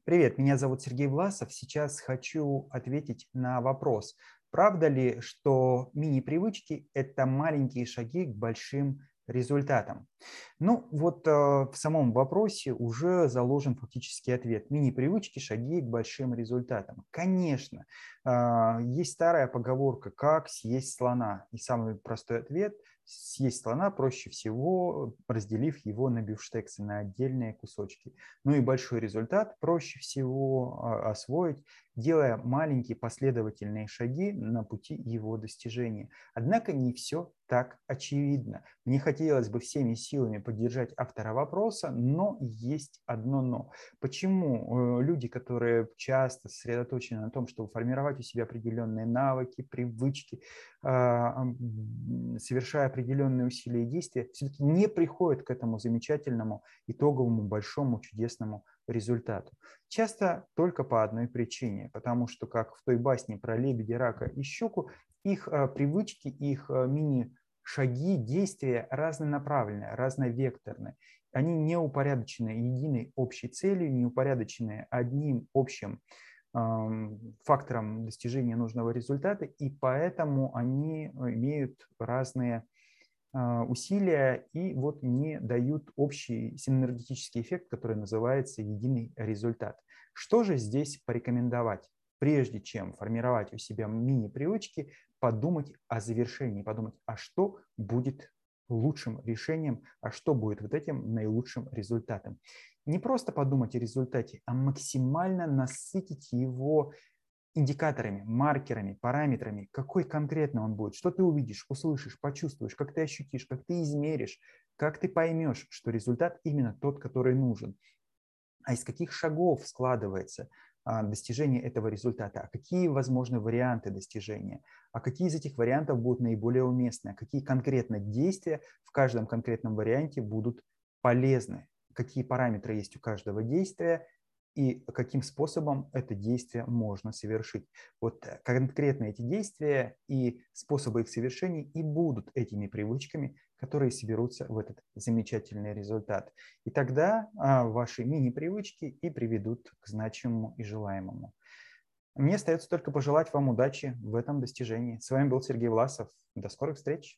Привет, меня зовут Сергей Власов. Сейчас хочу ответить на вопрос. Правда ли, что мини-привычки– это маленькие шаги к большим результатам? Ну, вот в самом вопросе уже заложен фактически ответ. Мини-привычки– шаги к большим результатам. Конечно, есть старая поговорка «как съесть слона?» И самый простой ответ– съесть слона проще всего, разделив его на бифштексы, на отдельные кусочки. Ну и большой результат проще всего освоить, делая маленькие последовательные шаги на пути его достижения. Однако не все так очевидно. Мне хотелось бы всеми силами поддержать автора вопроса, но есть одно но. Почему люди, которые часто сосредоточены на том, чтобы формировать у себя определенные навыки, привычки, совершая определенные усилия и действия, все-таки не приходят к этому замечательному итоговому большому чудесному результату? Часто только по одной причине, потому что, как в той басне про лебедя, рака и щуку, их привычки, их мини-шаги, действия разнонаправленные, разновекторные. Они не упорядочены единой общей целью, не упорядочены одним общим фактором достижения нужного результата, и поэтому они имеют разные усилия и вот не дают общий синергетический эффект, который называется единый результат. Что же здесь порекомендовать? Прежде чем формировать у себя мини-привычки, подумать о завершении, подумать, а что будет лучшим решением, а что будет вот этим наилучшим результатом. Не просто подумать о результате, а максимально насытить его индикаторами, маркерами, параметрами, какой конкретно он будет, что ты увидишь, услышишь, почувствуешь, как ты ощутишь, как ты измеришь, как ты поймешь, что результат именно тот, который нужен. А из каких шагов складывается достижение этого результата, а какие возможны варианты достижения, а какие из этих вариантов будут наиболее уместны, а какие конкретно действия в каждом конкретном варианте будут полезны, какие параметры есть у каждого действия и каким способом это действие можно совершить. Вот конкретно эти действия и способы их совершения и будут этими привычками, которые соберутся в этот замечательный результат. И тогда ваши мини-привычки и приведут к значимому и желаемому. Мне остается только пожелать вам удачи в этом достижении. С вами был Сергей Власов. До скорых встреч!